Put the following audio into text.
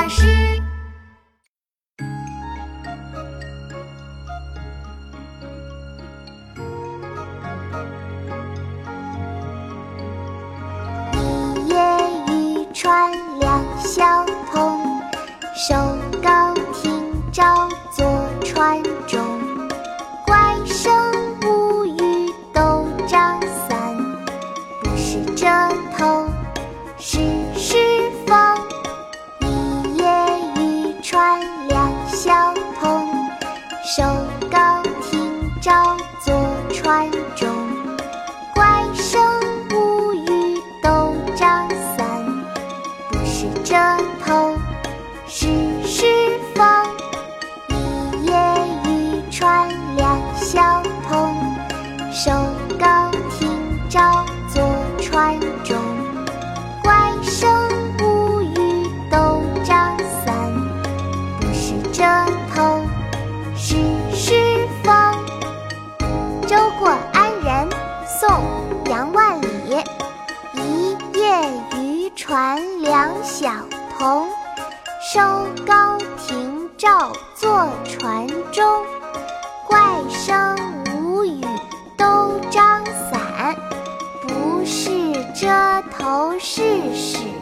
老师。 一叶渔船两小童，收篙听棹作船中。怪声无语斗张三，不是遮头是风。一叶渔船两小童，收篙听棹作船中。怪声无语斗张三，不是遮头是风。一叶渔船两小童，收篙听棹作船中。怪声无语斗张三，不是遮头是风。舟过安仁，宋·杨万里。一叶渔船两小童，收篙听棹作船中。怪声无语斗张三，不是遮头是